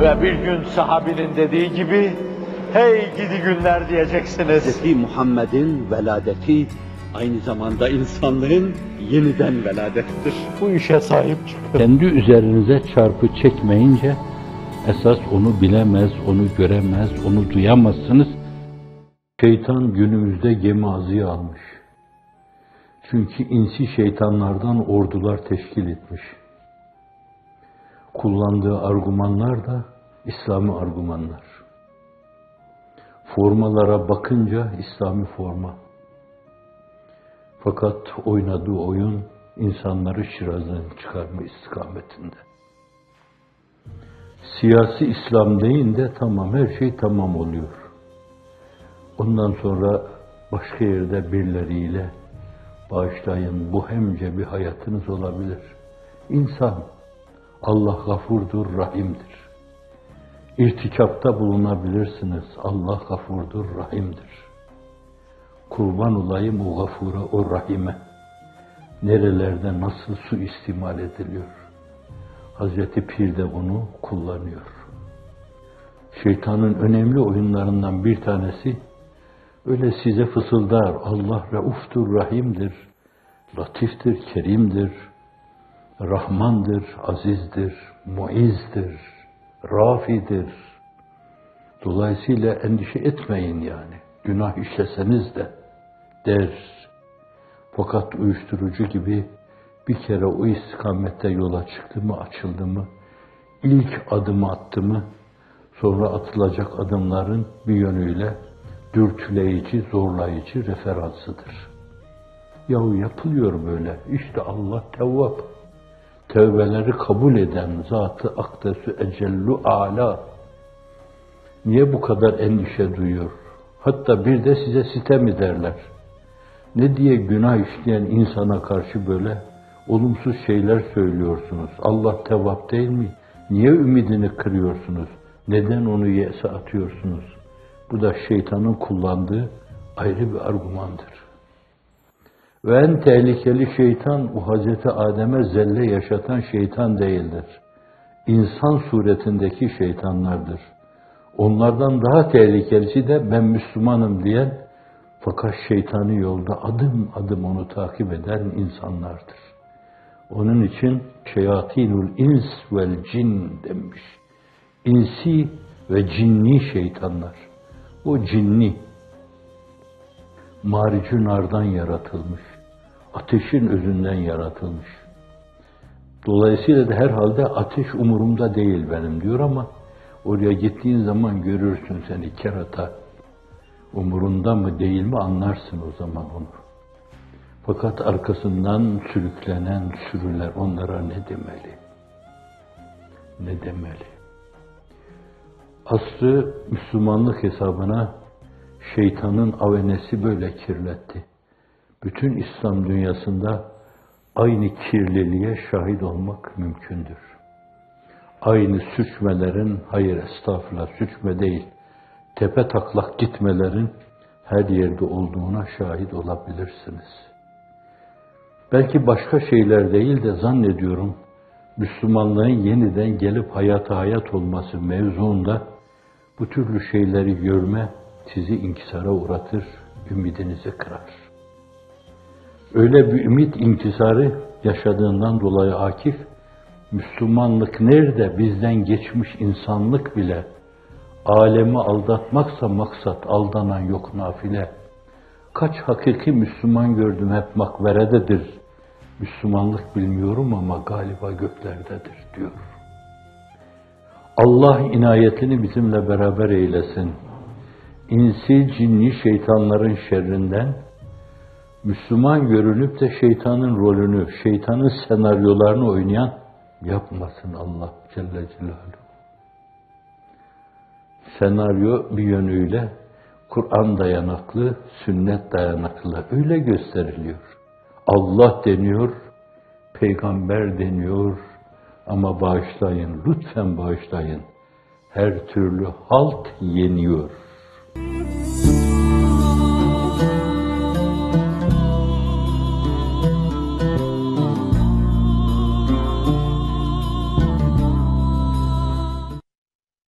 Ve bir gün sahabinin dediği gibi, hey gidi günler diyeceksiniz. Hz. Muhammed'in veladeti aynı zamanda insanlığın yeniden veladettir. Bu işe sahip çıkın. Kendi üzerinize çarpı çekmeyince, esas onu bilemez, onu göremez, onu duyamazsınız. Şeytan günümüzde gemi azıya almış. Çünkü insi şeytanlardan ordular teşkil etmiş. Kullandığı argümanlar da İslami argümanlar. Formalara bakınca İslami forma. Fakat oynadığı oyun insanları şirazdan çıkarma istikametinde. Siyasi İslam deyince tamam, her şey tamam oluyor. Ondan sonra başka yerde birileriyle bağışlayın, bohemce bir hayatınız olabilir. İnsan, Allah gafurdur, rahimdir. İrtikapta bulunabilirsiniz, Allah gafurdur, rahimdir. Kurban olayım o gafura, o rahime. Nerelerde nasıl suistimal ediliyor? Hazreti Pir de onu kullanıyor. Şeytanın önemli oyunlarından bir tanesi, öyle size fısıldar, Allah Rauftur, Rahim'dir, Latif'tir, Kerim'dir, Rahman'dır, Aziz'dir, Muizz'dir, Rafi'dir. Dolayısıyla endişe etmeyin yani, günah işleseniz de der. Fakat uyuşturucu gibi bir kere o istikamette yola çıktı mı, açıldı mı, ilk adımı attı mı, sonra atılacak adımların bir yönüyle dürtüleyici, zorlayıcı referansıdır. Yahu yapılıyor böyle. İşte Allah Tevvab. Tevbeleri kabul eden Zat-ı Akdesü Ecellu Âlâ. Niye bu kadar endişe duyuyor? Hatta bir de size sitem ederler. Ne diye günah işleyen insana karşı böyle olumsuz şeyler söylüyorsunuz? Allah Tevvab değil mi? Niye ümidini kırıyorsunuz? Neden onu yese atıyorsunuz? Bu da şeytanın kullandığı ayrı bir argümandır. Ve en tehlikeli şeytan, o Hazreti Adem'e zelle yaşatan şeytan değildir. İnsan suretindeki şeytanlardır. Onlardan daha tehlikelisi de ben Müslümanım diyen, fakat şeytani yolda adım adım onu takip eden insanlardır. Onun için şeyatinul ins vel cin demiş. İnsi ve cinni şeytanlar. O cinni, maricü nardan yaratılmış, ateşin özünden yaratılmış. Dolayısıyla da herhalde ateş umurumda değil benim diyor ama oraya gittiğin zaman görürsün seni kerata. Umurunda mı değil mi anlarsın o zaman onu. Fakat arkasından sürüklenen sürüler onlara ne demeli? Ne demeli? Asrı Müslümanlık hesabına şeytanın avenesi böyle kirletti. Bütün İslam dünyasında aynı kirliliğe şahit olmak mümkündür. Aynı sürçmelerin, hayır estağfurullah sürçme değil, tepe taklak gitmelerin her yerde olduğuna şahit olabilirsiniz. Belki başka şeyler değil de zannediyorum Müslümanlığın yeniden gelip hayata hayat olması mevzuunda bu türlü şeyleri görme sizi inkisara uğratır, ümidinizi kırar. Öyle bir ümit inkisarı yaşadığından dolayı Akif, Müslümanlık nerede bizden geçmiş insanlık bile alemi aldatmaksa maksat, aldanan yok nafile. Kaç hakiki Müslüman gördüm hep makberededir. Müslümanlık bilmiyorum ama galiba göklerdedir diyor. Allah inayetini bizimle beraber eylesin. İnsi, cinni şeytanların şerrinden, Müslüman görünüp de şeytanın rolünü, şeytanın senaryolarını oynayan yapmasın Allah Celle Celaluhu. Senaryo bir yönüyle Kur'an dayanaklı, sünnet dayanaklı öyle gösteriliyor. Allah deniyor, peygamber deniyor ama bağışlayın, lütfen bağışlayın. Her türlü halt yeniyor.